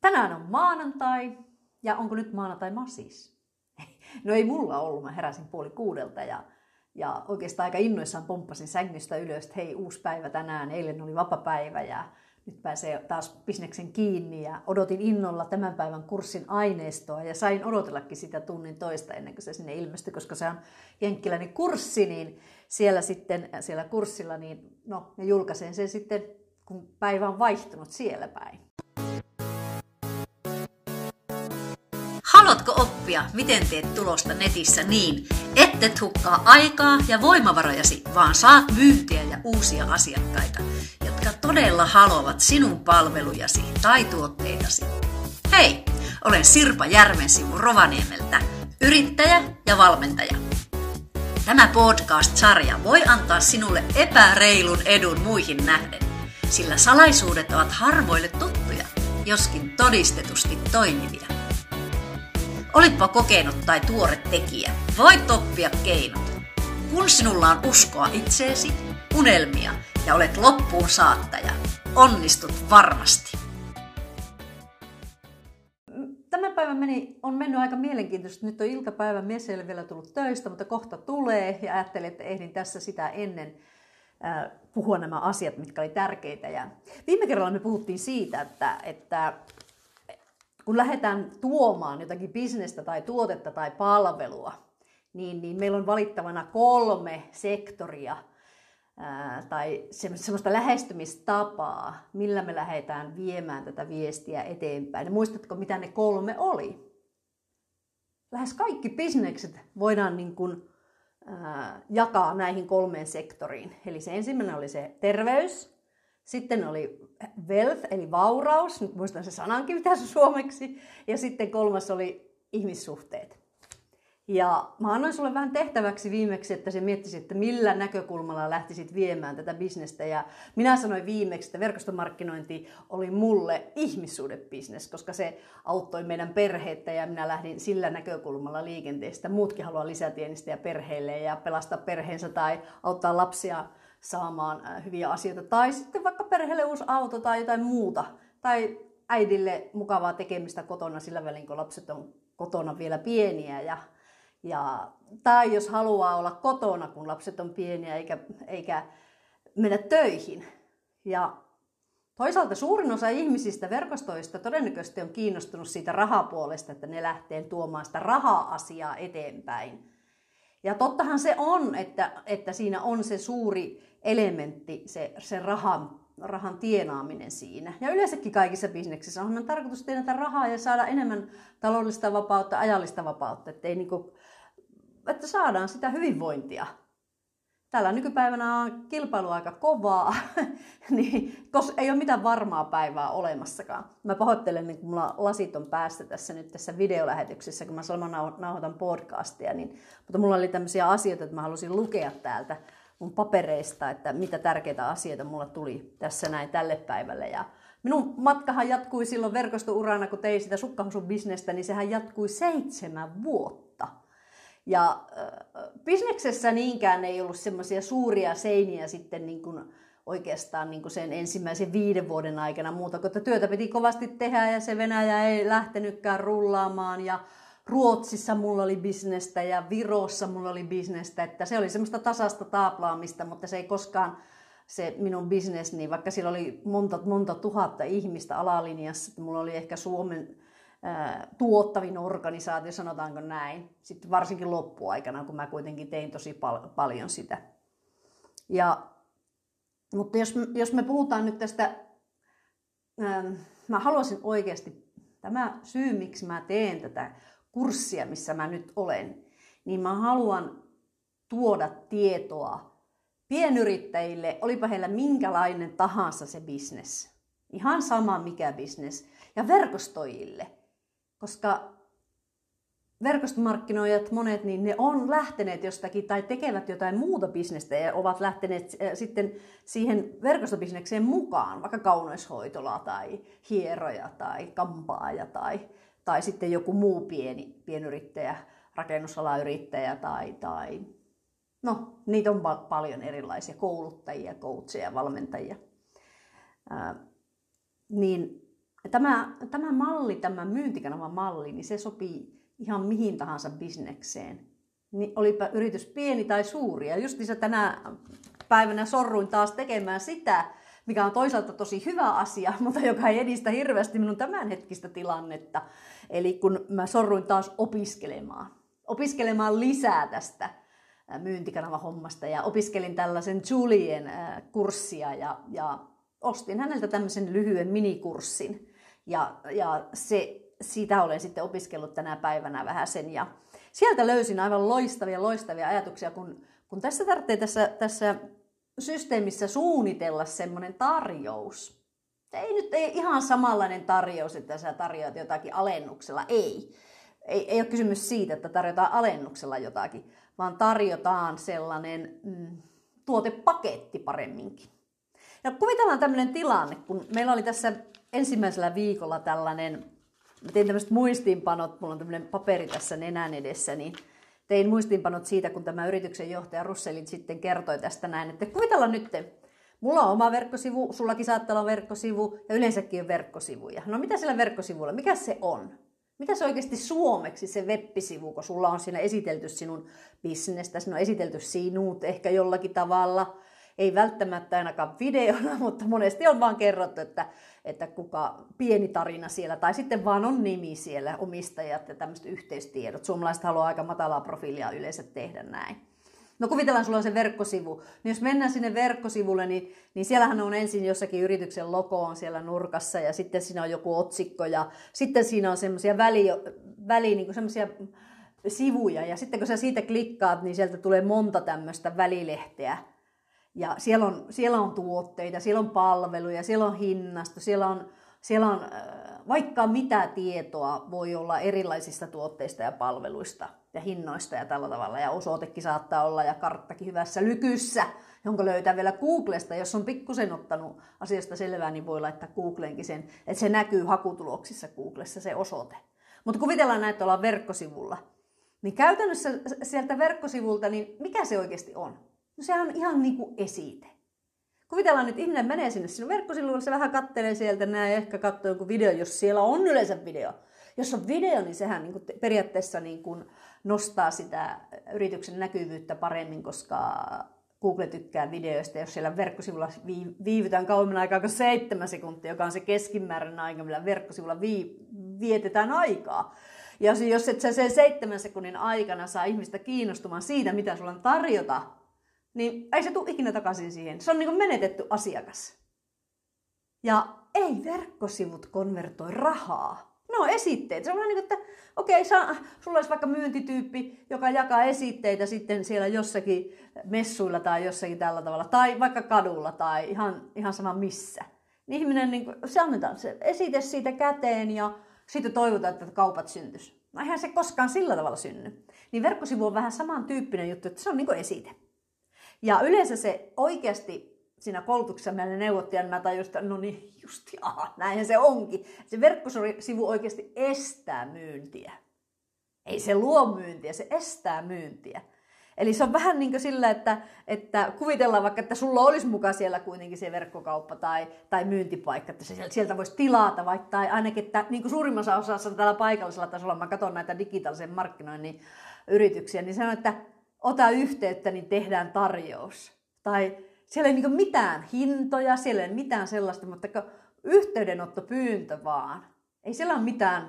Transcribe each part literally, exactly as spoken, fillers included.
Tänään on maanantai, ja onko nyt maanantai masis? No ei mulla ollut, mä heräsin puoli kuudelta ja, ja oikeastaan aika innoissaan pomppasin sängystä ylös, että hei, uusi päivä tänään, eilen oli vapapäivä ja nyt pääsee taas bisneksen kiinni ja odotin innolla tämän päivän kurssin aineistoa ja sain odotellakin sitä tunnin toista ennen kuin se sinne ilmestyi, koska se on jenkkiläinen kurssi, niin siellä sitten siellä kurssilla, niin no, mä julkaisen sen sitten, kun päivä on vaihtunut siellä päin. Haluatko oppia, miten teet tulosta netissä niin, ettet hukkaa aikaa ja voimavarojasi, vaan saat myyntiä ja uusia asiakkaita, jotka todella haluavat sinun palvelujasi tai tuotteitasi? Hei, olen Sirpa Järvensivu Rovaniemeltä, yrittäjä ja valmentaja. Tämä podcast-sarja voi antaa sinulle epäreilun edun muihin nähden, sillä salaisuudet ovat harvoille tuttuja, joskin todistetusti toimivia. Olitpa kokenut tai tuore tekijä, voit oppia keinot. Kun sinulla on uskoa itseesi, unelmia ja olet loppuun saattaja, onnistut varmasti. Tämä päivä meni, on mennyt aika mielenkiintoisesti. Nyt on iltapäivä, mies ei ole vielä tullut töistä, mutta kohta tulee ja ajattelin, että ehdin tässä sitä ennen äh, puhua nämä asiat, mitkä oli tärkeitä. Ja viime kerralla me puhuttiin siitä, että, että kun lähdetään tuomaan jotakin bisnestä tai tuotetta tai palvelua, niin, niin meillä on valittavana kolme sektoria ää, tai semmoista lähestymistapaa, millä me lähdetään viemään tätä viestiä eteenpäin. Ja muistatko, mitä ne kolme oli? Lähes kaikki bisnekset voidaan niin kuin, ää, jakaa näihin kolmeen sektoriin. Eli se ensimmäinen oli se terveys. Sitten oli wealth, eli vauraus, nyt muistan se sanankin, mitä se suomeksi. Ja sitten kolmas oli ihmissuhteet. Ja mä annoin sulle vähän tehtäväksi viimeksi, että se miettisit, että millä näkökulmalla lähtisit viemään tätä bisnestä. Ja minä sanoin viimeksi, että verkostomarkkinointi oli mulle ihmissuhdebisnes, koska se auttoi meidän perheettä ja minä lähdin sillä näkökulmalla liikenteestä. Muutkin haluaa lisätienistä ja perheille ja pelastaa perheensä tai auttaa lapsia saamaan hyviä asioita. Tai sitten vaikka perheelle uusi auto tai jotain muuta. Tai äidille mukavaa tekemistä kotona sillä välin, kun lapset on kotona vielä pieniä. Ja, ja, tai jos haluaa olla kotona, kun lapset on pieniä eikä, eikä mennä töihin. Ja toisaalta suurin osa ihmisistä verkostoista todennäköisesti on kiinnostunut siitä rahapuolesta, että ne lähtee tuomaan sitä raha-asiaa eteenpäin. Ja tottahan se on, että, että siinä on se suuri elementti, se, se rahan, rahan tienaaminen siinä. Ja yleensäkin kaikissa bisneksissä on tarkoitus tienata rahaa ja saada enemmän taloudellista vapautta, ajallista vapautta, että, ei niinku, että saadaan sitä hyvinvointia. Tällä nykypäivänä on kilpailu aika kovaa, niin, koska ei ole mitään varmaa päivää olemassakaan. Mä pahoittelen, niin kun mulla lasit on päässä tässä nyt tässä videolähetyksessä, kun mä samalla nauhoitan podcastia, niin, mutta mulla oli tämmöisiä asioita, että mä halusin lukea täältä mun papereista, että mitä tärkeitä asioita mulla tuli tässä näin tälle päivälle. Ja minun matkahan jatkui silloin verkostourana, kun tein sitä sukkahousubisnestä, niin sehän jatkui seitsemän vuotta. Ja äh, bisneksessä niinkään ei ollut semmoisia suuria seiniä sitten niin kuin oikeastaan niin kuin sen ensimmäisen viiden vuoden aikana muuta, kun työtä piti kovasti tehdä ja se Venäjä ei lähtenytkään rullaamaan ja Ruotsissa mulla oli bisnestä ja Virossa mulla oli bisnestä, että se oli semmoista tasasta taaplaamista, mutta se ei koskaan se minun bisnes, niin vaikka sillä oli monta, monta tuhatta ihmistä alalinjassa, että mulla oli ehkä Suomen tuottavin organisaatio, sanotaanko näin. Sitten varsinkin loppuaikana, kun mä kuitenkin tein tosi pal- paljon sitä. Ja, mutta jos, jos me puhutaan nyt tästä, ähm, mä haluaisin oikeasti, tämä syy miksi mä teen tätä kurssia, missä mä nyt olen, niin mä haluan tuoda tietoa pienyrittäjille, olipa heillä minkälainen tahansa se bisnes. Ihan sama mikä bisnes. Ja verkostoijille. Koska verkostomarkkinoijat monet, niin ne on lähteneet jostakin tai tekevät jotain muuta bisnestä ja ovat lähteneet sitten siihen verkostobisnekseen mukaan, vaikka kauneushoitola tai hieroja tai kampaaja tai, tai sitten joku muu pieni pienyrittäjä, rakennusalayrittäjä tai, tai no niitä on paljon erilaisia kouluttajia, coacheja, valmentajia. Ää, niin Tämä, tämä malli, tämä myyntikanavan malli, niin se sopii ihan mihin tahansa bisnekseen. Niin olipa yritys pieni tai suuri. Ja justiinsa tänä päivänä sorruin taas tekemään sitä, mikä on toisaalta tosi hyvä asia, mutta joka ei edistä hirveästi minun tämänhetkistä tilannetta. Eli kun mä sorruin taas opiskelemaan. Opiskelemaan lisää tästä myyntikanavahommasta ja opiskelin tällaisen Julien kurssia ja, ja ostin häneltä tämmöisen lyhyen minikurssin. Ja, ja se, siitä olen sitten opiskellut tänä päivänä vähän sen. Ja sieltä löysin aivan loistavia, loistavia ajatuksia, kun, kun tässä tarvitsee tässä, tässä systeemissä suunnitella semmoinen tarjous. Ei nyt ei ihan samanlainen tarjous, että sä tarjoat jotakin alennuksella. Ei. Ei, ei ole kysymys siitä, että tarjotaan alennuksella jotakin, vaan tarjotaan sellainen mm, tuotepaketti paremminkin. Ja kuvitellaan tämmöinen tilanne, kun meillä oli tässä ensimmäisellä viikolla tällainen, mä tein tämmöiset muistiinpanot, mulla on tämmöinen paperi tässä nenän edessä, niin tein muistiinpanot siitä, kun tämä yrityksen johtaja Russellin sitten kertoi tästä näin, että kuvitellaan nyt, mulla on oma verkkosivu, sullakin saattaa olla verkkosivu ja yleensäkin on verkkosivuja. No mitä siellä verkkosivulla, mikä se on? Mitä se oikeasti suomeksi se web-sivu, kun sulla on siinä esitelty sinun bisnestä, siinä on esitelty sinut ehkä jollakin tavalla. Ei välttämättä ainakaan videona, mutta monesti on vaan kerrottu, että, että kuka pieni tarina siellä, tai sitten vaan on nimi siellä, omistajat ja tämmöiset yhteistiedot. Suomalaiset haluaa aika matalaa profiilia yleensä tehdä näin. No kuvitellaan, sulla on se verkkosivu. Niin jos mennään sinne verkkosivulle, niin, niin siellähän on ensin jossakin yrityksen logo on siellä nurkassa, ja sitten siinä on joku otsikko, ja sitten siinä on semmoisia väli, väli niin kuin semmoisia sivuja, ja sitten kun sä siitä klikkaat, niin sieltä tulee monta tämmöistä välilehteä. Ja siellä on, siellä on tuotteita, siellä on palveluja, siellä on hinnasto, siellä on, siellä on vaikka mitä tietoa voi olla erilaisista tuotteista ja palveluista ja hinnoista ja tällä tavalla. Ja osoitekin saattaa olla ja karttakin hyvässä lykyssä, jonka löytää vielä Googlesta. Jos on pikkusen ottanut asiasta selvää, niin voi laittaa Googleenkin sen, että se näkyy hakutuloksissa Googlessa se osoite. Mutta kuvitellaan näin, että ollaan verkkosivulla. Niin käytännössä sieltä verkkosivulta, niin mikä se oikeasti on? No sehän on ihan niin kuin esite. Kuvitellaan, että ihminen menee sinne sinun verkkosivuille, se vähän kattelee sieltä näin ja ehkä katsoo jonkun video, jos siellä on yleensä video. Jos on video, niin sehän niin kuin periaatteessa niin kuin nostaa sitä yrityksen näkyvyyttä paremmin, koska Google tykkää videoista. Jos siellä verkkosivulla viivytään kauemmin aikaa kuin seitsemän sekuntia, joka on se keskimääräinen aika, millä verkkosivulla vietetään aikaa. Ja jos et sä sen seitsemän sekunnin aikana saa ihmistä kiinnostumaan siitä, mitä sulla on tarjota, niin ei se tule ikinä takaisin siihen. Se on niin kuin menetetty asiakas. Ja ei verkkosivut konvertoi rahaa. Ne on esitteet. Se on vähän niin kuin, että okei, okay, sulla olisi vaikka myyntityyppi, joka jakaa esitteitä sitten siellä jossakin messuilla tai jossakin tällä tavalla. Tai vaikka kadulla tai ihan, ihan sama missä. Niin ihminen, niin kuin, se annetaan se esite siitä käteen ja sitten toivotaan, että kaupat syntyisi. No eihän se koskaan sillä tavalla synny. Niin verkkosivu on vähän samantyyppinen juttu, että se on niin kuin esite. Ja yleensä se oikeasti siinä koulutuksessa meille neuvottiin, niin mä tajusin, että no niin, just jaa, näinhän se onkin. Se verkkosivu oikeasti estää myyntiä. Ei se luo myyntiä, se estää myyntiä. Eli se on vähän niin kuin sillä, että, että kuvitellaan vaikka, että sulla olisi mukaan siellä kuitenkin se verkkokauppa tai, tai myyntipaikka, että sieltä voisi tilata vaikka, tai ainakin, että niin kuin suurimmassa osassa tällä paikallisella tasolla, mä katson näitä digitaalisen markkinoinnin yrityksiä, niin sanon, että ota yhteyttä, niin tehdään tarjous. Tai siellä ei niin kuin mitään hintoja, siellä ei mitään sellaista, mutta yhteydenottopyyntö vaan. Ei siellä ole mitään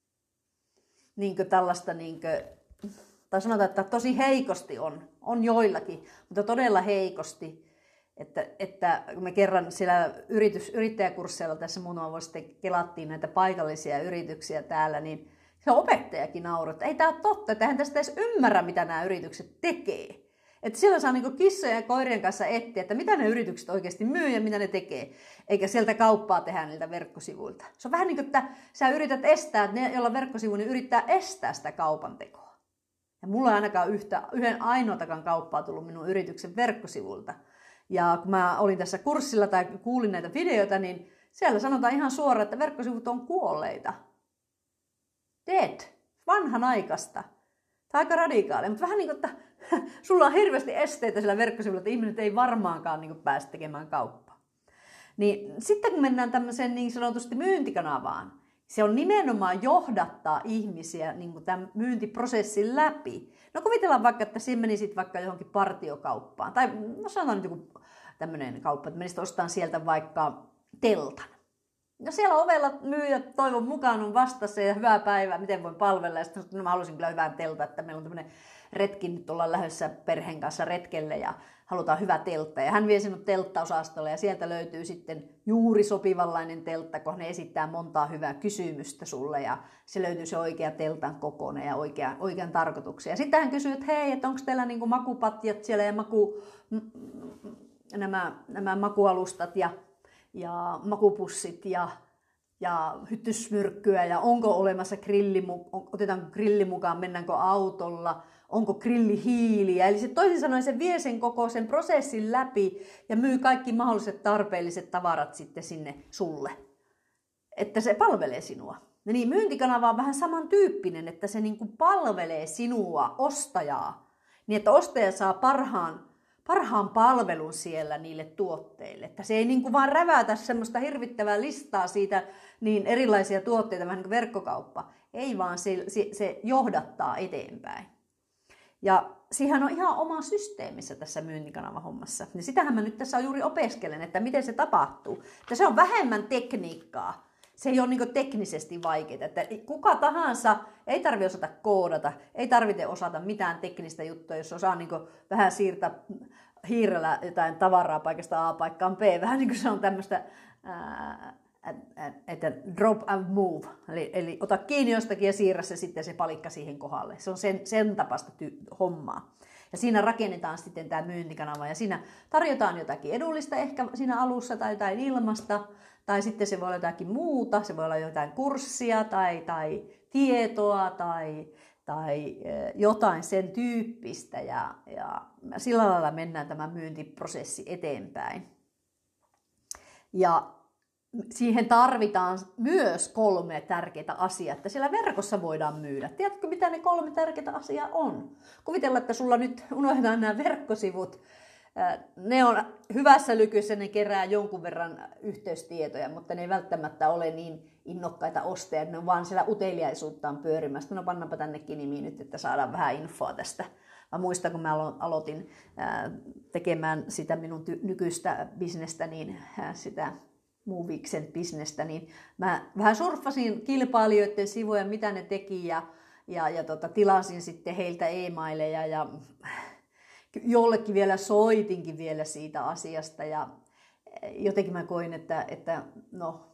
niin kuin tällaista, niin kuin, tai sanotaan, että tosi heikosti on, on joillakin, mutta todella heikosti. Että, että kun me kerran siellä yritys, yrittäjäkursseilla tässä muutama vuosi sitten kelattiin näitä paikallisia yrityksiä täällä, niin se opettajakin nauroi, että ei tämä ole totta, että eihän tästä edes ymmärrä, mitä nämä yritykset tekee. Että siellä saa niinku kissojen ja koirien kanssa etsiä, että mitä ne yritykset oikeasti myy ja mitä ne tekee. Eikä sieltä kauppaa tehdä niiltä verkkosivuilta. Se on vähän niin kuin, että sä yrität estää, että ne, joilla on verkkosivu, niin yrittää estää sitä kaupan tekoa. Ja mulla ei ainakaan yhtä, yhden ainoatakaan kauppaa tullut minun yrityksen verkkosivulta. Ja kun mä olin tässä kurssilla tai kuulin näitä videoita, niin siellä sanotaan ihan suoraan, että verkkosivut on kuolleita. Dead. Vanhanaikaista. Tai aika radikaali. Mutta vähän niin kuin, että sulla on hirveästi esteitä sillä verkkosivulla, että ihmiset ei varmaankaan niin kuin pääse tekemään kauppaa. Niin sitten kun mennään tämmöiseen niin sanotusti myyntikanavaan, se on nimenomaan johdattaa ihmisiä niin kuin tämän myyntiprosessin läpi. No kuvitellaan vaikka, että siinä menisit vaikka johonkin partiokauppaan. Tai no sanotaan nyt joku tämmöinen kauppa, että menisit ostamaan sieltä vaikka teltan. No siellä ovella myyjät toivon mukaan on vastassa ja hyvää päivää, miten voin palvella. Ja sitten no, mä haluaisin kyllä hyvän teltan, että meillä on tämmöinen retki, nyt ollaan lähdössä perheen kanssa retkelle ja halutaan hyvä teltta. Ja hän vie sinut telttaosastolle ja sieltä löytyy sitten juuri sopivanlainen teltta, kun ne esittää montaa hyvää kysymystä sulle ja se löytyy se oikea teltan kokoinen ja oikean, oikean tarkoituksen. Ja sitten hän kysyy, että hei, että onko teillä niinku makupatjat siellä ja maku, nämä, nämä makualustat ja, ja makupussit ja ja hyttysmyrkkyä ja onko olemassa grilli, otetaanko grilli mukaan, mennäänkö autolla, onko grillihiiliä. Eli se toisin sanoen se vie sen koko sen prosessin läpi ja myy kaikki mahdolliset tarpeelliset tavarat sitten sinne sulle. Että se palvelee sinua. Ja niin myyntikanava on vähän samantyyppinen, että se niin kuin palvelee sinua, ostajaa, niin että ostaja saa parhaan parhaan palvelun siellä niille tuotteille. Että se ei niin kuin vaan rävätä semmoista hirvittävää listaa siitä niin erilaisia tuotteita, vähän niin kuin verkkokauppa. Ei vaan se, se, se johdattaa eteenpäin. Ja siihen on ihan oma systeemissä tässä myyntikanavan-hommassa. Ja sitähän mä nyt tässä juuri opiskelen, että miten se tapahtuu. Että se on vähemmän tekniikkaa. Se ei ole niin kuin teknisesti vaikeaa. Että kuka tahansa ei tarvitse osata koodata, ei tarvitse osata mitään teknistä juttua, jos osaa niin kuin vähän siirtää hiirellä jotain tavaraa paikasta A paikkaan B. Vähän niin kuin se on tämmöistä, ää, että drop and move. Eli, eli ota kiinni jostakin ja siirrä se sitten se palikka siihen kohdalle. Se on sen, sen tapaista ty- hommaa. Ja siinä rakennetaan sitten tämä myyntikanava ja siinä tarjotaan jotakin edullista ehkä siinä alussa tai jotain ilmasta. Tai sitten se voi olla jotakin muuta, se voi olla jotain kurssia tai, tai tietoa tai, tai jotain sen tyyppistä. Ja, ja sillä lailla mennään tämä myyntiprosessi eteenpäin. Ja siihen tarvitaan myös kolme tärkeää asiaa, että siellä verkossa voidaan myydä. Tiedätkö, mitä ne kolme tärkeää asiaa on? Kuvitella, että sulla nyt unohdetaan nämä verkkosivut. Ne on hyvässä lykyssä, ne kerää jonkun verran yhteystietoja, mutta ne ei välttämättä ole niin innokkaita ostajia, ne on vaan siellä uteliaisuuttaan pyörimästä. No pannaanpa tännekin nimi nyt, että saadaan vähän infoa tästä. Mä muistan, kun mä aloitin tekemään sitä minun nykyistä bisnestä, niin sitä Moviksen bisnestä, niin mä vähän surffasin kilpailijoiden sivuja, mitä ne teki ja, ja, ja tota, tilasin sitten heiltä e-maileja ja jollekin vielä soitinkin vielä siitä asiasta ja jotenkin mä koin, että, että no,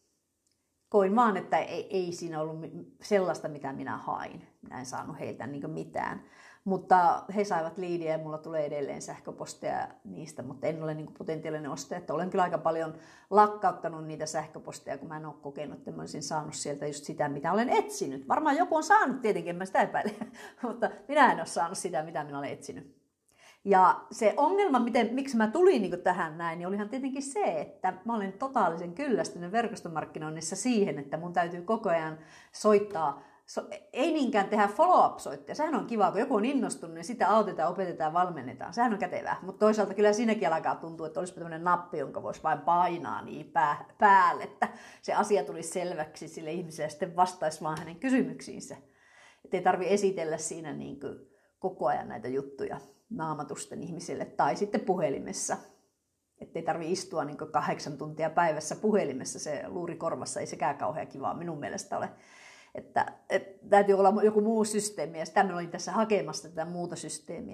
koin vaan, että ei, ei siinä ollut sellaista, mitä minä hain. Minä en saanut heiltä niin mitään. Mutta he saivat liidiä ja mulla tulee edelleen sähköposteja niistä, mutta en ole niin potentiaalinen ostaja. Että olen kyllä aika paljon lakkauttanut niitä sähköposteja, kun mä en ole kokenut, että mä olisin saanut sieltä just sitä, mitä olen etsinyt. Varmaan joku on saanut tietenkin, mä sitä epäilen, mutta minä en ole saanut sitä, mitä minä olen etsinyt. Ja se ongelma, miten, miksi mä tulin niin tähän näin, niin olihan tietenkin se, että mä olen totaalisen kyllästynyt verkostomarkkinoinnissa siihen, että mun täytyy koko ajan soittaa. So, ei niinkään tehdä follow-up-soitteja. Sehän on kiva, kun joku on innostunut, niin sitä autetaan, opetetaan, valmennetaan. Sehän on kätevää. Mutta toisaalta kyllä siinäkin alkaa tuntua, että olisipa tämmöinen nappi, jonka voisi vain painaa niin pää, päälle, että se asia tulisi selväksi sille ihmiselle ja sitten vastaisi vaan hänen kysymyksiinsä. Että ei tarvitse esitellä siinä niin kuin koko ajan näitä juttuja naamatusten ihmisille tai sitten puhelimessa. Että ei tarvitse istua niin kuin kahdeksan tuntia päivässä puhelimessa, se luuri korvassa, ei sekään kauhean kivaa minun mielestä ole. Että, että täytyy olla joku muu systeemi ja sitä minä olin tässä hakemassa tätä muuta systeemiä.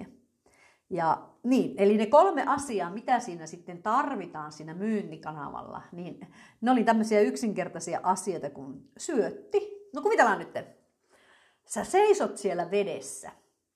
Ja niin, eli ne kolme asiaa, mitä siinä sitten tarvitaan siinä myyntikanavalla, niin ne oli tämmöisiä yksinkertaisia asioita kuin syötti. No kuvitellaan nyt, sä seisot siellä vedessä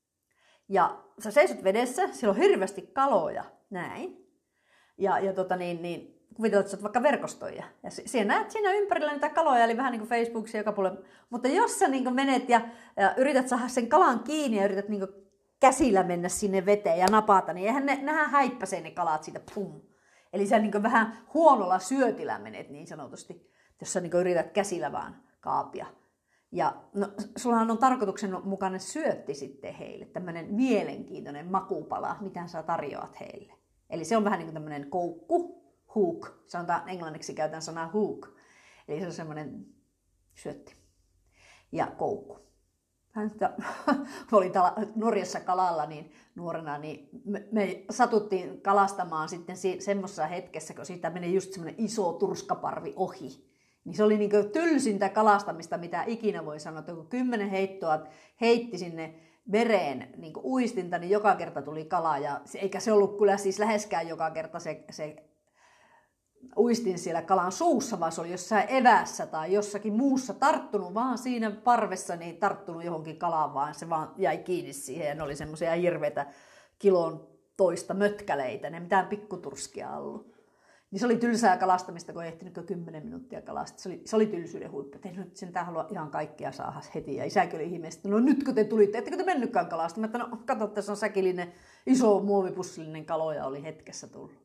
ja sä seisot vedessä, siellä on hirveästi kaloja, näin. Ja, ja tota niin, niin kuvitellaan, että sä oot vaikka verkostoija. Ja siellä näet siinä ympärillä niitä kaloja, eli vähän niin kuin Facebookissa joka puolella. Mutta jos sä niin kuin menet ja, ja yrität saada sen kalan kiinni ja yrität niin kuin käsillä mennä sinne veteen ja napata, niin eihän ne, nehän häippäsee ne kalat siitä, pum. Eli sä niin kuin vähän huonolla syötillä menet niin sanotusti, jos sä niin kuin yrität käsillä vaan kaapia. Ja no, sullahan on tarkoituksenmukainen syötti sitten heille, tämmöinen mielenkiintoinen makupala, mitä sä tarjoat heille. Eli se on vähän niin kuin tämmöinen koukku, hook. Sanotaan englanniksi käytän sanaa hook. Eli se on semmoinen syötti. Ja koukku. Hän oli tala, Norjassa kalalla niin nuorena, niin me, me satuttiin kalastamaan sitten si, semmoisessa hetkessä, kun siitä meni just semmoinen iso turskaparvi ohi. Niin se oli niin kuin tylsintä kalastamista, mitä ikinä voi sanoa, että kun kymmenen heittoa heitti sinne vereen niin kuin uistinta, niin joka kerta tuli kala. Ja, eikä se ollut kyllä siis läheskään joka kerta se, se uistin siellä kalan suussa, vaan se oli jossain evässä tai jossakin muussa tarttunut, vaan siinä parvessa niin tarttunut johonkin kalaan, vaan se vaan jäi kiinni siihen ja ne oli semmoisia hirveitä kilon toista mötkäleitä, ne mitään pikkuturskia ollut. Niin se oli tylsää kalastamista, kun ei ehtinyt kymmenen minuuttia kalastaa. Se oli, se oli tylsyyden huippu. Ei nyt sentään halua ihan kaikkia saada heti. Ja isäkin oli ihmeessä, no nyt kun te tulitte, ettekö te mennytkään kalastamaan? Että no kato, tässä on säkillinen, iso muovipussillinen kaloja oli hetkessä tullut.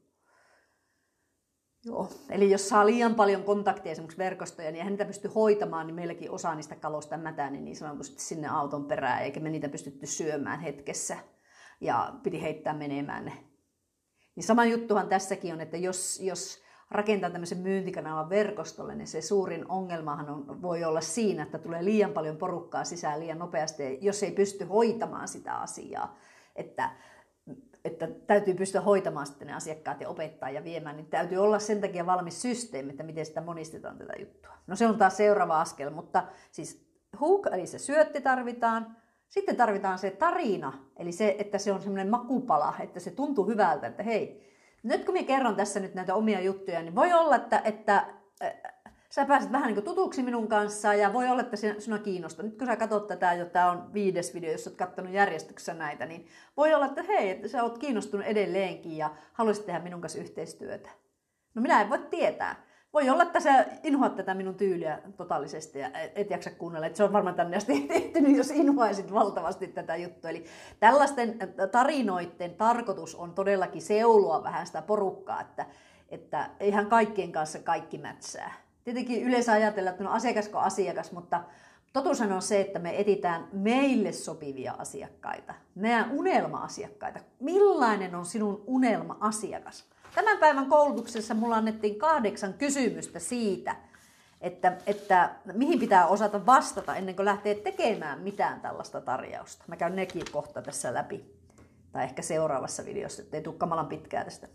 Joo. Eli jos saa liian paljon kontakteja esimerkiksi verkostoja, niin eihän niitä pysty hoitamaan, niin meilläkin osa niistä kaloista mätääni niin sanotusti sinne auton perään, eikä me niitä pystytty syömään hetkessä. Ja piti heittää menemään ne. Niin sama juttuhan tässäkin on, että jos, jos rakentaa tämmöisen myyntikanavan verkostolle, niin se suurin ongelmahan on, voi olla siinä, että tulee liian paljon porukkaa sisään liian nopeasti, jos ei pysty hoitamaan sitä asiaa. Että, että täytyy pystyä hoitamaan sitten ne asiakkaat ja opettaa ja viemään, niin täytyy olla sen takia valmis systeemi, että miten sitä monistetaan tätä juttua. No se on taas seuraava askel, mutta siis hook, eli se syötti tarvitaan. Sitten tarvitaan se tarina, eli se, että se on semmoinen makupala, että se tuntuu hyvältä, että hei, nyt kun minä kerron tässä nyt näitä omia juttuja, niin voi olla, että, että äh, sä pääset vähän niin kuin tutuksi minun kanssa ja voi olla, että sinua kiinnostaa. Nyt kun sä katsot tätä, jo tämä on viides video, jos olet katsonut järjestyksessä näitä, niin voi olla, että hei, että sä oot kiinnostunut edelleenkin ja haluaisit tehdä minun kanssa yhteistyötä. No minä en voi tietää. Voi olla, että sä inhoat tätä minun tyyliä totaalisesti ja et jaksa kuunnella. Että se on varmaan tänne asti tehtynyt, jos inhoaisit valtavasti tätä juttua. Eli tällaisten tarinoiden tarkoitus on todellakin seuloa vähän sitä porukkaa, että, että eihän kaikkien kanssa kaikki mätsää. Tietenkin yleensä ajatellaan, että no asiakas kuin asiakas, mutta totuushan on se, että me etsitään meille sopivia asiakkaita, meidän unelma-asiakkaita. Millainen on sinun unelma-asiakas? Tämän päivän koulutuksessa mulla annettiin kahdeksan kysymystä siitä, että, että mihin pitää osata vastata ennen kuin lähtee tekemään mitään tällaista tarjousta. Mä käyn nekin kohta tässä läpi, tai ehkä seuraavassa videossa, ettei tule kamalan pitkää tästä.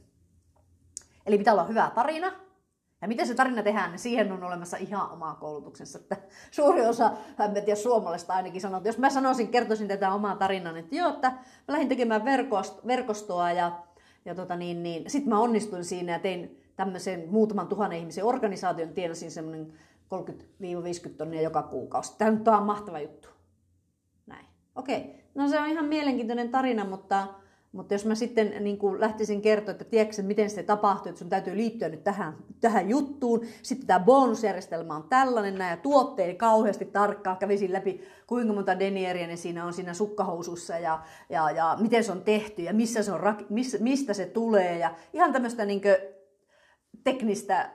Eli pitää olla hyvä tarina. Ja miten se tarina tehdään, niin siihen on olemassa ihan omaa koulutuksensa. Että suuri osa, en tiedä suomalaista ainakin sanoo, että jos mä sanoisin, kertoisin tätä omaa tarinaa, niin että joo, että mä lähdin tekemään verkostoa ja Ja tota niin, niin, sitten mä onnistuin siinä ja tein tämmöisen muutaman tuhannen ihmisen organisaation, tienasin semmoinen kolmekymmentä viisikymmentä tonnia joka kuukausi. Tämä nyt on mahtava juttu. Näin. Okei, no se on ihan mielenkiintoinen tarina, mutta, mutta jos mä sitten niin kuin lähtisin kertoa, että tiedätkö miten se tapahtuu, että sun täytyy liittyä nyt tähän, tähän juttuun. Sitten tämä bonusjärjestelmä on tällainen, nämä tuotteet kauheasti tarkkaan kävisin läpi, kuinka monta denieriä ne siinä on siinä sukkahousussa ja, ja, ja miten se on tehty ja missä se on, missä, mistä se tulee. Ja ihan tämmöistä niin kuin teknistä,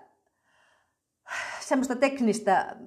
semmoista teknistä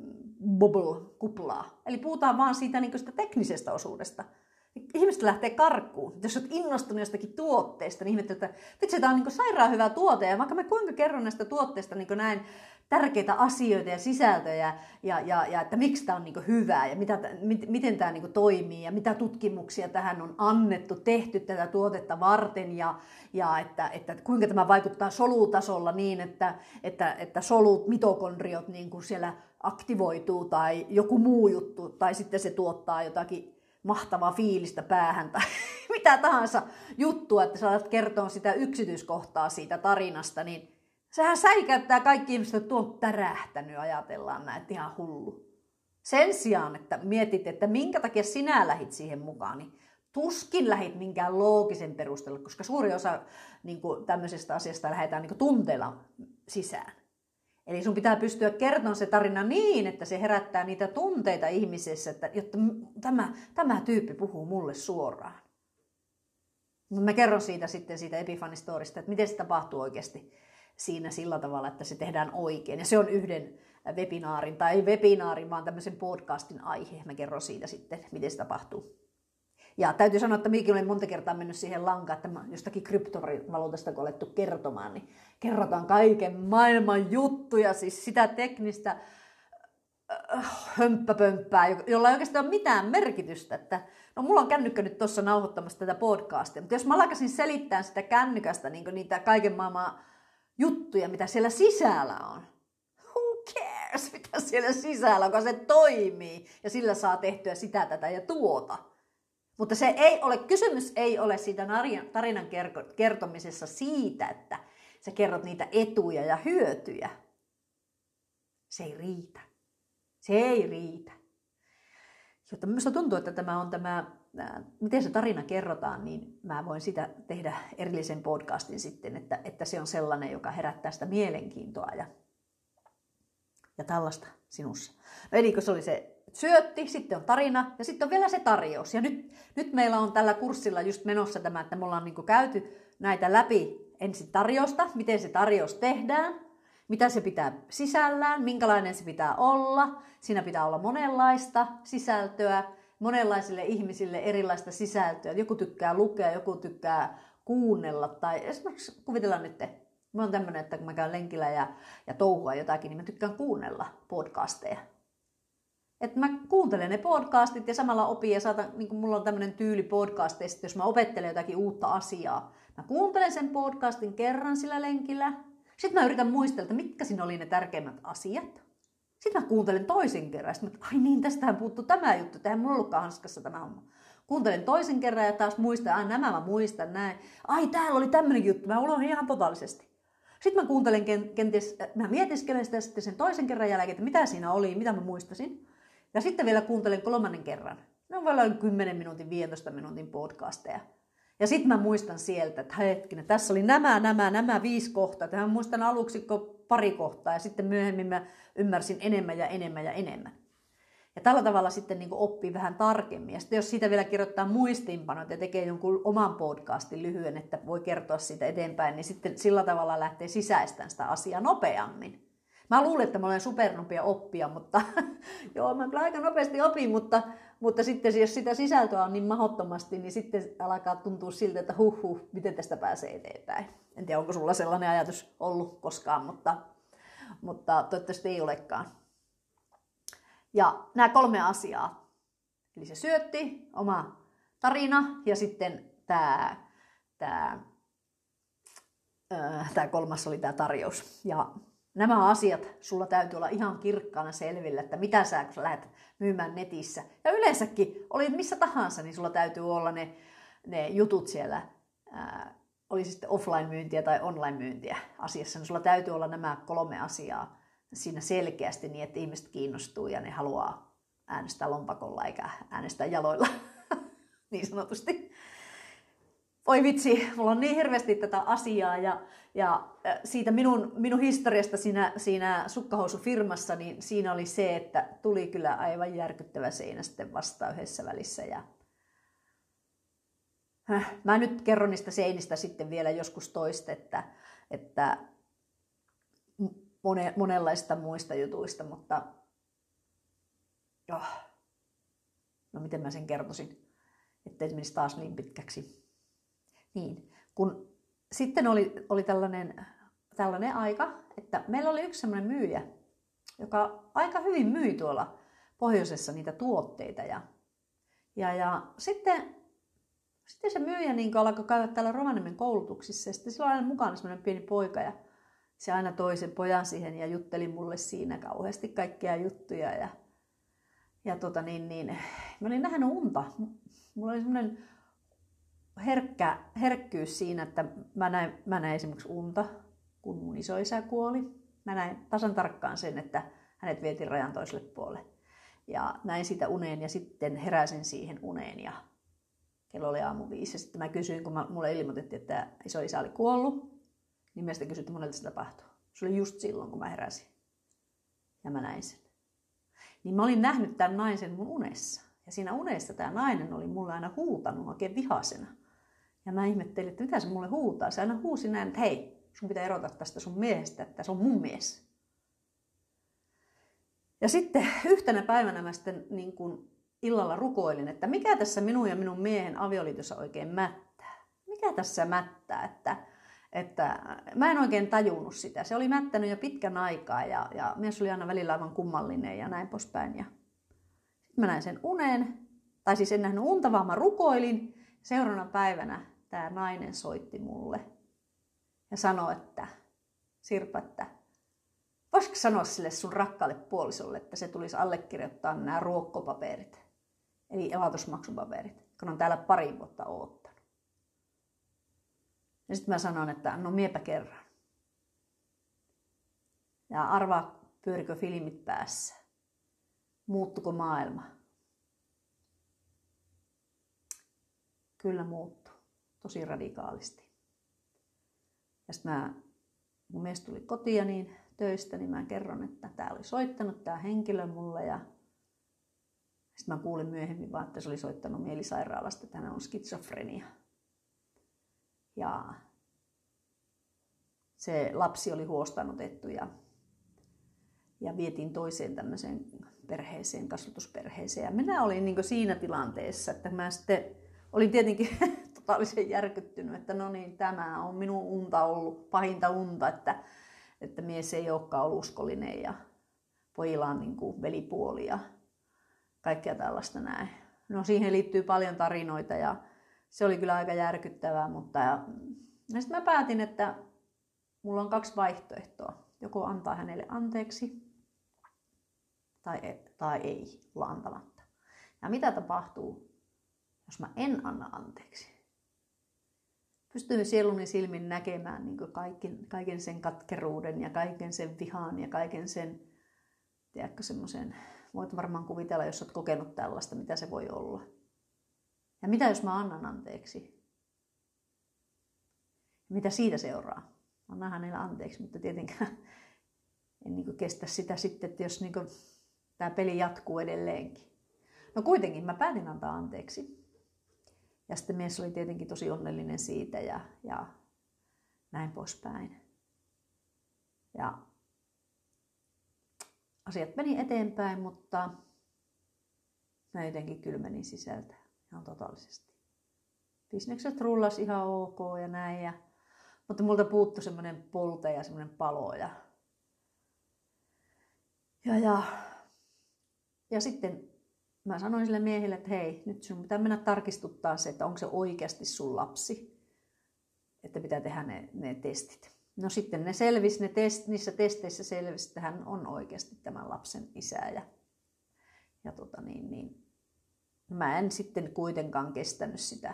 bubble-kuplaa. Eli puhutaan vaan siitä niin kuin sitä teknisestä osuudesta. Ihmiset lähtee karkuun. Jos olet innostunut jostakin tuotteesta, niin ihmettelet, että vitsi, tämä on niin sairaan hyvä tuote. Ja vaikka mä kuinka kerron näistä tuotteista niin näin tärkeitä asioita ja sisältöjä, ja, ja, ja että miksi tämä on niin hyvää, ja mitä, miten tämä niin toimii, ja mitä tutkimuksia tähän on annettu, tehty tätä tuotetta varten, ja, ja että, että kuinka tämä vaikuttaa solutasolla niin, että, että, että solut, mitokondriot niin siellä aktivoituu, tai joku muu juttu, tai sitten se tuottaa jotakin mahtavaa fiilistä päähän tai mitä tahansa juttua, että saat kertoa sitä yksityiskohtaa siitä tarinasta, niin sehän säikäyttää kaikki ihmiset, että tuo on tärähtänyt, ajatellaan näin, että ihan hullu. Sen sijaan, että mietit, että minkä takia sinä lähit siihen mukaan, niin tuskin lähit minkään loogisen perusteella, koska suuri osa niin kuin tämmöisestä asiasta lähdetään niin kuin tunteella sisään. Eli sun pitää pystyä kertomaan se tarina niin, että se herättää niitä tunteita ihmisessä, että jotta tämä, tämä tyyppi puhuu mulle suoraan. Mä kerron siitä sitten siitä Epiphany Storysta, että miten se tapahtuu oikeasti siinä sillä tavalla, että se tehdään oikein. Ja se on yhden webinaarin, tai ei webinaarin, vaan tämmöisen podcastin aihe. Mä kerron siitä sitten, miten se tapahtuu. Ja täytyy sanoa, että minäkin olen monta kertaa mennyt siihen lankaan, että jostakin kryptovaluutasta kun alettu kertomaan, niin kerrotaan kaiken maailman juttuja, siis sitä teknistä hömppäpömppää, jolla ei oikeastaan ole mitään merkitystä. Että, no mulla on kännykkä nyt tuossa nauhoittamassa tätä podcastia, mutta jos mä alkaisin selittää sitä kännykästä niin niitä kaiken maailman juttuja, mitä siellä sisällä on. Who cares, mitä siellä sisällä on, kun se toimii ja sillä saa tehtyä sitä, tätä ja tuota. Mutta se ei ole, kysymys ei ole siitä tarinan kertomisessa siitä, että sä kerrot niitä etuja ja hyötyjä. Se ei riitä. Se ei riitä. Jotta minusta tuntuu, että tämä on tämä, miten se tarina kerrotaan, niin mä voin sitä tehdä erillisen podcastin sitten, että, että se on sellainen, joka herättää sitä mielenkiintoa ja, ja tällaista sinussa. No eli kun se oli se syötti, sitten on tarina ja sitten on vielä se tarjous. Ja nyt, nyt meillä on tällä kurssilla just menossa tämä, että me ollaan niin kuin käyty näitä läpi ensin tarjousta, miten se tarjous tehdään, mitä se pitää sisällään, minkälainen se pitää olla. Siinä pitää olla monenlaista sisältöä, monenlaisille ihmisille erilaista sisältöä. Joku tykkää lukea, joku tykkää kuunnella. Tai esimerkiksi kuvitellaan nyt, mä oon tämmönen, että kun mä käyn lenkillä ja, ja touhua jotakin, niin mä tykkään kuunnella podcasteja. Että mä kuuntelen ne podcastit ja samalla opin ja saatan, niin kuin mulla on tämmöinen tyyli podcasteista, jos mä opettelen jotakin uutta asiaa. Mä kuuntelen sen podcastin kerran sillä lenkillä. Sitten mä yritän muistella, että mitkä siinä oli ne tärkeimmät asiat. Sitten mä kuuntelen toisen kerran. Sitten mä, ai niin, tästähän puuttuu tämä juttu. Tähän mulla ollutkaan hanskassa tämä homma. Kuuntelen toisen kerran ja taas muistan, ai nämä mä muistan näin. Ai täällä oli tämmöinen juttu, mä unohdin ihan totaalisesti. Sitten mä kuuntelen kenties, mä mietiskelen sitä sitten sen toisen kerran jälkeen, että mitä siinä oli, mitä mä muistasin. Ja sitten vielä kuuntelen kolmannen kerran. Ne on vielä kymmenen minuutin, viisitoista minuutin podcasteja. Ja sitten mä muistan sieltä, että hetkinen, tässä oli nämä, nämä, nämä viisi kohtaa. Tähän muistan aluksi pari kohtaa ja sitten myöhemmin mä ymmärsin enemmän ja enemmän ja enemmän. Ja tällä tavalla sitten niin kuin oppii vähän tarkemmin. Ja sitten jos siitä vielä kirjoittaa muistiinpanot ja tekee jonkun oman podcastin lyhyen, että voi kertoa siitä eteenpäin, niin sitten sillä tavalla lähtee sisäistämään sitä asiaa nopeammin. Mä luulen, että mä olen supernopea oppia, mutta joo, mä kyllä aika nopeasti opin, mutta, mutta sitten jos sitä sisältöä on niin mahdottomasti, niin sitten alkaa tuntua siltä, että huh huh, miten tästä pääsee eteenpäin. En tiedä, onko sulla sellainen ajatus ollut koskaan, mutta, mutta toivottavasti ei olekaan. Ja nämä kolme asiaa, eli se syötti, oma tarina ja sitten tämä, tämä, äh, tämä kolmas oli tämä tarjous. Ja nämä asiat sulla täytyy olla ihan kirkkaana selvillä, että mitä sä, kun sä lähdet myymään netissä. Ja yleensäkin, oli missä tahansa, niin sulla täytyy olla ne, ne jutut siellä, ää, oli sitten offline-myyntiä tai online-myyntiä asiassa, niin sulla täytyy olla nämä kolme asiaa siinä selkeästi niin, että ihmiset kiinnostuu ja ne haluaa äänestää lompakolla eikä äänestää jaloilla, niin sanotusti. Oi vitsi, mulla on niin hirveästi tätä asiaa ja, ja siitä minun, minun historiasta siinä, siinä sukkahousufirmassa, niin siinä oli se, että tuli kyllä aivan järkyttävä seinä sitten vastaan yhdessä välissä. Ja mä nyt kerron niistä seinistä sitten vielä joskus toista, että, että mone, monenlaista muista jutuista, mutta oh, no miten mä sen kertoisin, ettei se menisi taas niin pitkäksi. Niin, kun sitten oli, oli tällainen, tällainen aika, että meillä oli yksi sellainen myyjä, joka aika hyvin myi tuolla pohjoisessa niitä tuotteita. Ja, ja, ja sitten, sitten se myyjä niin alkoi käydä täällä Rovaniemen koulutuksissa ja sitten sillä oli aina mukana sellainen pieni poika ja se aina toi sen pojan siihen ja jutteli mulle siinä kauheasti kaikkia juttuja. Ja, ja tota niin, niin, mä olin nähnyt unta. Mulla oli sellainen herkkä, herkkyys siinä, että mä näin, mä näin esimerkiksi unta, kun mun isoisä kuoli. Mä näin tasan tarkkaan sen, että hänet vietiin rajan toiselle puolelle. Ja näin sitä uneen ja sitten heräsin siihen uneen ja kello oli aamu viisi. Ja sitten mä kysyin, kun mä, mulle ilmoitettiin, että isoisä oli kuollut, niin mä sitten kysyin, että monelta se tapahtui. Se oli just silloin, kun mä heräsin. Ja mä näin sen. Niin mä olin nähnyt tämän naisen mun unessa. Ja siinä unessa tämä nainen oli mulle aina huutanut oikein vihasena. Ja mä ihmettelin, että mitä se mulle huutaa. Se aina huusi näin, että hei, sun pitää erota tästä sun miehestä, että se on mun mies. Ja sitten yhtenä päivänä mä sitten niin kun illalla rukoilin, että mikä tässä minun ja minun miehen avioliitossa oikein mättää. Mikä tässä mättää, että, että mä en oikein tajunnut sitä. Se oli mättänyt jo pitkän aikaa ja, ja mies oli aina välillä aivan kummallinen ja näin poispäin. Ja sitten mä näin sen unen, tai siis en nähnyt unta, vaan mä rukoilin. Seuraavana päivänä tämä nainen soitti mulle ja sanoi, että Sirpa, että voisitko sanoa sille sun rakkaalle puolisolle, että se tulisi allekirjoittaa nämä ruokkopaperit, eli elatusmaksupaperit, kun on täällä pari vuotta oottanut. Ja sitten mä sanon, että no miepä kerran. Ja arvaa, pyörikö filmit päässä. Muuttuko maailma? Kyllä muuttuu. Tosi radikaalisti. Ja sitten mä, kun mies tuli kotiin niin töistä, niin mä kerron, että tää oli soittanut tää henkilö mulle. Ja sitten mä kuulin myöhemmin vaan, että se oli soittanut mielisairaalasta, että hän on skitsofrenia. Ja se lapsi oli huostaanotettu ja, ja vietiin toiseen tämmöiseen perheeseen, kasvatusperheeseen. Ja minä olin niin kuin siinä tilanteessa, että mä sitten olin tietenkin totaalisen järkyttynyt, että no niin, tämä on minun unta ollut, pahinta unta, että, että mies ei olekaan ollut uskollinen ja pojilla on niin kuin velipuoli ja kaikkea tällaista näin. No siihen liittyy paljon tarinoita ja se oli kyllä aika järkyttävää, mutta ja, ja sitten mä päätin, että mulla on kaksi vaihtoehtoa. Joko antaa hänelle anteeksi tai, tai ei, olla antamatta. Ja mitä tapahtuu, jos mä en anna anteeksi? Pystyn sieluni silmin näkemään niin kaiken, kaiken sen katkeruuden ja kaiken sen vihan ja kaiken sen, tiedätkö, semmoisen, voit varmaan kuvitella, jos olet kokenut tällaista, mitä se voi olla. Ja mitä jos mä annan anteeksi? Mitä siitä seuraa? Annan hänelle anteeksi, mutta tietenkään en niin kestä sitä sitten, että jos niin tämä peli jatkuu edelleenkin. No kuitenkin mä päätin antaa anteeksi. Ja sitten mies oli tietenkin tosi onnellinen siitä ja, ja näin poispäin. Ja asiat meni eteenpäin, mutta mä jotenkin kylmenin sisältä ihan totaalisesti. Bisnekset rullas ihan ok ja näin. Ja, mutta multa puuttui semmoinen polte ja semmoinen palo. Ja, ja, ja, ja sitten mä sanoin sille miehelle, että hei, nyt sun pitää mennä tarkistuttaa se, että onko se oikeasti sun lapsi. Että pitää tehdä ne, ne testit. No sitten ne selvisi, ne test, niissä testeissä selvisi, että hän on oikeasti tämän lapsen isä. Ja, ja tota niin, niin. Mä en sitten kuitenkaan kestänyt sitä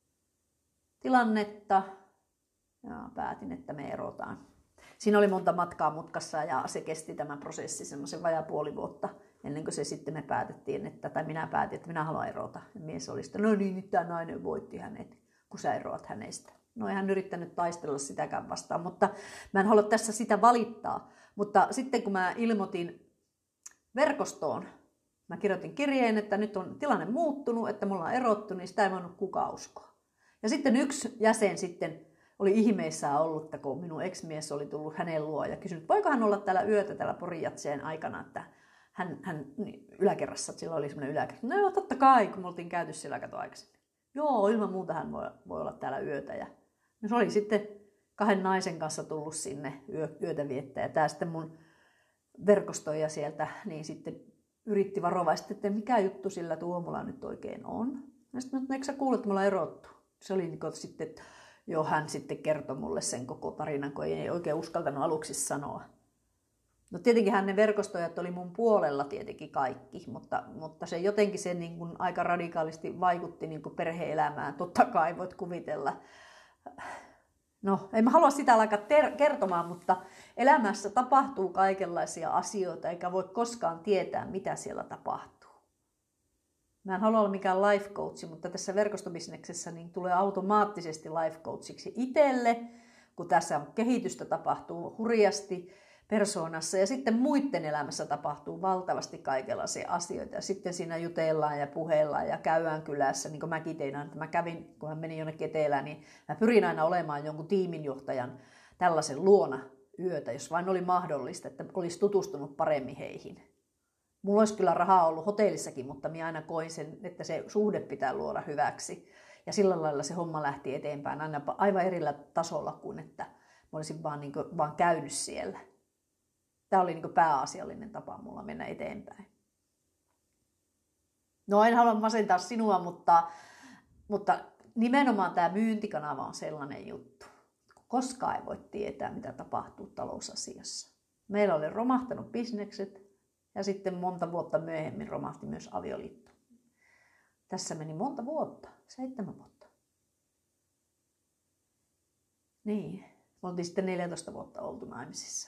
tilannetta ja päätin, että me erotaan. Siinä oli monta matkaa mutkassa ja se kesti tämä prosessi semmoisen vajaa puoli vuotta ennen kuin se sitten me päätettiin, että, tai minä päätin, että minä haluan erota. Ja mies oli sitten, no niin, nyt tämä nainen voitti hänet, kun sä eroat hänestä. No ei hän yrittänyt taistella sitäkään vastaan, mutta mä en halua tässä sitä valittaa. Mutta sitten kun mä ilmoitin verkostoon, mä kirjoitin kirjeen, että nyt on tilanne muuttunut, että mulla on erottu, niin sitä ei voinut kukaan uskoa. Ja sitten yksi jäsen sitten oli ihmeissään ollut, kun minun ex-mies oli tullut hänen luo ja kysynyt, voiko hän olla täällä yötä täällä Porijatseen aikana, että hän, hän niin, yläkerrassa, että sillä oli semmoinen yläkerrassa. No joo, totta kai, kun me oltiin käyty siellä kato aikaisemmin. Joo, ilman muuta hän voi, voi olla täällä yötä. Ja no se oli sitten kahden naisen kanssa tullut sinne yö, yötä viettää. Ja tämä sitten mun verkostoija sieltä, niin sitten yritti varovaisesti, että mikä juttu sillä Tuomolla nyt oikein on. Ja sitten mä, eikö sä kuule, että me ollaan erottu? Se oli niin kuin sitten, jo hän sitten kertoi mulle sen koko tarinan, kun ei oikein uskaltanut aluksi sanoa. No tietenkin hän ne verkostojat oli mun puolella tietenkin kaikki, mutta, mutta se jotenkin se niin kuin aika radikaalisti vaikutti niin kuin perhe-elämään. Totta kai voit kuvitella. No, en mä halua sitä alkaa ter- kertomaan, mutta elämässä tapahtuu kaikenlaisia asioita, eikä voi koskaan tietää, mitä siellä tapahtuu. Mä en halua olla mikään life coach, mutta tässä verkostobisneksessä niin tulee automaattisesti life coachiksi itselle, kun tässä kehitystä tapahtuu hurjasti persoonassa ja sitten muiden elämässä tapahtuu valtavasti kaikenlaisia asioita. Ja sitten siinä jutellaan ja puheillaan ja käydään kylässä, niin kuin mäkin tein aina, että mä kävin, kun mä menin jonnekin etelään, niin mä pyrin aina olemaan jonkun tiiminjohtajan tällaisen luona yötä, jos vain oli mahdollista, että olisi tutustunut paremmin heihin. Mulla olisi kyllä rahaa ollut hotellissakin, mutta minä aina koin sen, että se suhde pitää luoda hyväksi. Ja sillä lailla se homma lähti eteenpäin aina aivan erillä tasolla kuin että mä olisin vaan, niin kuin, vaan käynyt siellä. Tämä oli niin kuin pääasiallinen tapa mulla mennä eteenpäin. No en halua masentaa sinua, mutta, mutta nimenomaan tämä myyntikanava on sellainen juttu. Koskaan ei voi tietää, mitä tapahtuu talousasiassa. Meillä oli romahtanut bisnekset ja sitten monta vuotta myöhemmin romahti myös avioliitto. Tässä meni monta vuotta, seitsemän vuotta. Niin, me oltiin sitten neljätoista vuotta oltu naimisissa.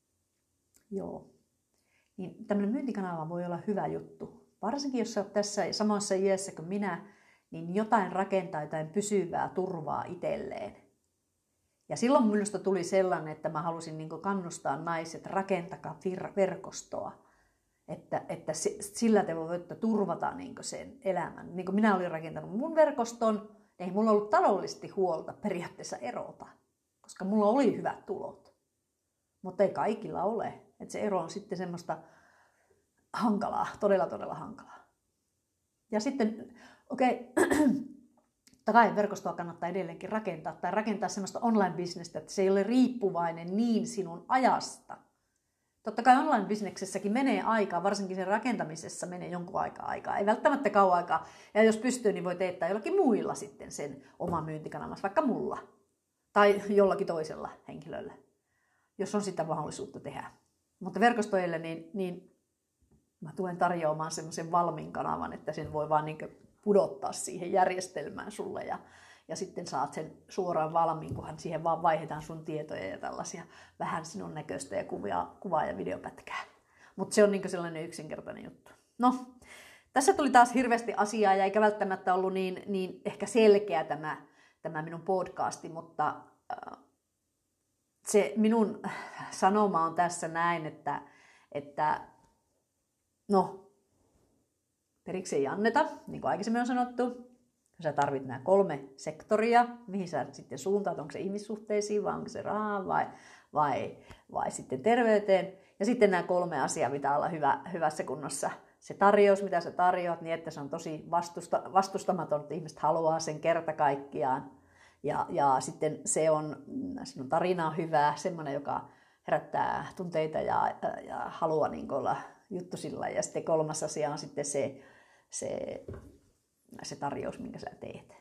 Joo. Niin tämmöinen myyntikanava voi olla hyvä juttu. Varsinkin jos olet tässä samassa iässä kuin minä, niin jotain rakentaa, jotain pysyvää turvaa itselleen. Ja silloin minusta tuli sellainen, että mä halusin niin kuin kannustaa naiset, rakentakaa verkostoa. Että, että sillä te voitte turvata niin kuin sen elämän. Niin kuin minä olin rakentanut mun verkoston, ei mulla ollut taloudellisesti huolta periaatteessa erota, koska mulla oli hyvät tulot. Mutta ei kaikilla ole. Että se ero on sitten semmoista hankalaa, todella todella hankalaa. Ja sitten, okei, okay, kai verkostoa kannattaa edelleenkin rakentaa tai rakentaa semmoista online-bisnestä, että se ei ole riippuvainen niin sinun ajasta. Totta kai online-bisneksessäkin menee aikaa, varsinkin sen rakentamisessa menee jonkun aikaa aikaa. Ei välttämättä kauan aikaa. Ja jos pystyy, niin voi teettää jollakin muilla sitten sen oman myyntikanavassa, vaikka mulla. Tai jollakin toisella henkilöllä, jos on sitä mahdollisuutta tehdä. Mutta verkostoille, niin, niin mä tulen tarjoamaan semmoisen valmiin kanavan, että sen voi vaan niin kuin pudottaa siihen järjestelmään sulle. Ja, ja sitten saat sen suoraan valmiin, kunhan siihen vaan vaihdetaan sun tietoja ja tällaisia vähän sinun näköistä ja kuvaa, kuvaa ja videopätkää. Mutta se on niin kuin sellainen yksinkertainen juttu. No, tässä tuli taas hirveästi asiaa ja eikä välttämättä ollut niin, niin ehkä selkeä tämä, tämä minun podcasti, mutta äh, se minun sanoma on tässä näin, että, että no, periksi ei anneta, niin kuin aikaisemmin on sanottu. Sä tarvit nämä kolme sektoria, mihin sä sitten suuntaat, onko se ihmissuhteisiin vai onko se rahaan vai, vai, vai sitten terveyteen. Ja sitten nämä kolme asiaa pitää olla hyvä, hyvässä kunnossa. Se tarjous, mitä sä tarjoat, niin että se on tosi vastusta, vastustamaton, että ihmiset haluaa sen kerta kaikkiaan. Ja, ja sitten se on, sinun tarina on hyvä, semmoinen, joka herättää tunteita ja, ja haluaa niin olla juttusilla. Ja sitten kolmas asia on sitten se, se, se tarjous, minkä sä teet.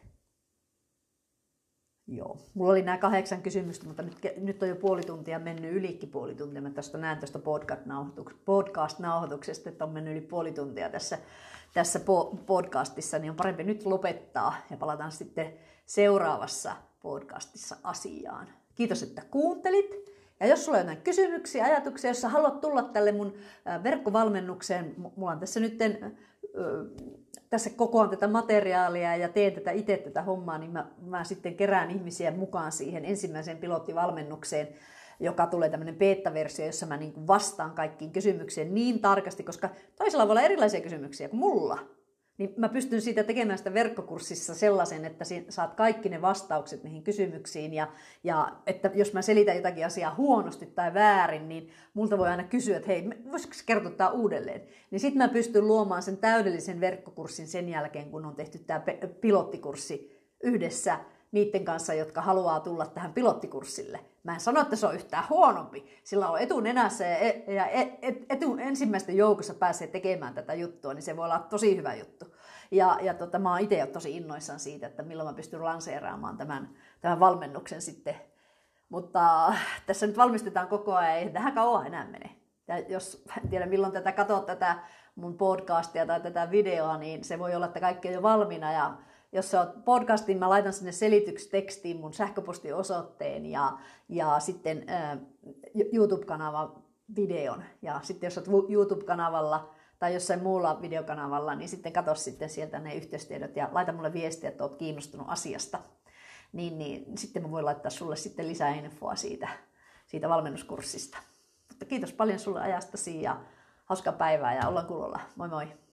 Joo. Mulla oli nämä kahdeksan kysymystä, mutta nyt, nyt on jo puoli tuntia mennyt ylikin puoli tuntia. Mä tästä näen tuosta podcast-nauhoituksesta, että on mennyt yli puoli tuntia tässä, tässä podcastissa, niin on parempi nyt lopettaa ja palataan sitten seuraavassa podcastissa asiaan. Kiitos, että kuuntelit. Ja jos sulla on jotain kysymyksiä, ajatuksia, jos sä haluat tulla tälle mun verkkovalmennukseen, mulla on tässä nyt tässä kokoan tätä materiaalia ja teen tätä itse tätä hommaa, niin mä, mä sitten kerään ihmisiä mukaan siihen ensimmäiseen pilottivalmennukseen, joka tulee tämmöinen beta-versio, jossa mä niin kuin vastaan kaikkiin kysymyksiin niin tarkasti, koska toisella voi olla erilaisia kysymyksiä kuin mulla. Niin mä pystyn siitä tekemään sitä verkkokurssissa sellaisen, että saat kaikki ne vastaukset niihin kysymyksiin. Ja, ja että jos mä selitän jotakin asiaa huonosti tai väärin, niin multa voi aina kysyä, että hei, voisiko se kertoa tämä uudelleen? Niin sit mä pystyn luomaan sen täydellisen verkkokurssin sen jälkeen, kun on tehty tämä pilottikurssi yhdessä niiden kanssa, jotka haluaa tulla tähän pilottikurssille. Mä en sano, että se on yhtään huonompi. Sillä on etunenässä ja etu, ensimmäisten joukossa pääsee tekemään tätä juttua, niin se voi olla tosi hyvä juttu. Ja, ja tota, mä oon itse jo tosi innoissaan siitä, että milloin mä pystyn lanseeraamaan tämän, tämän valmennuksen sitten. Mutta tässä nyt valmistetaan koko ajan, ei tähän kauan enää mene. Ja jos en tiedä milloin tätä katsot tätä mun podcastia tai tätä videoa, niin se voi olla, että kaikki on jo valmiina. Ja jos sä oot podcastin, mä laitan sinne selitystekstiin mun sähköpostiosoitteen ja, ja sitten ää, YouTube-kanavan videon. Ja sitten jos oot YouTube-kanavalla tai jossain muulla videokanavalla, niin sitten katso sitten sieltä ne yhteystiedot ja laita mulle viestiä, että oot kiinnostunut asiasta. Niin, niin sitten mä voin laittaa sulle sitten lisää infoa siitä, siitä valmennuskurssista. Mutta kiitos paljon sulle ajastasi ja hauskaa päivää ja ollaan kuulolla. Moi moi!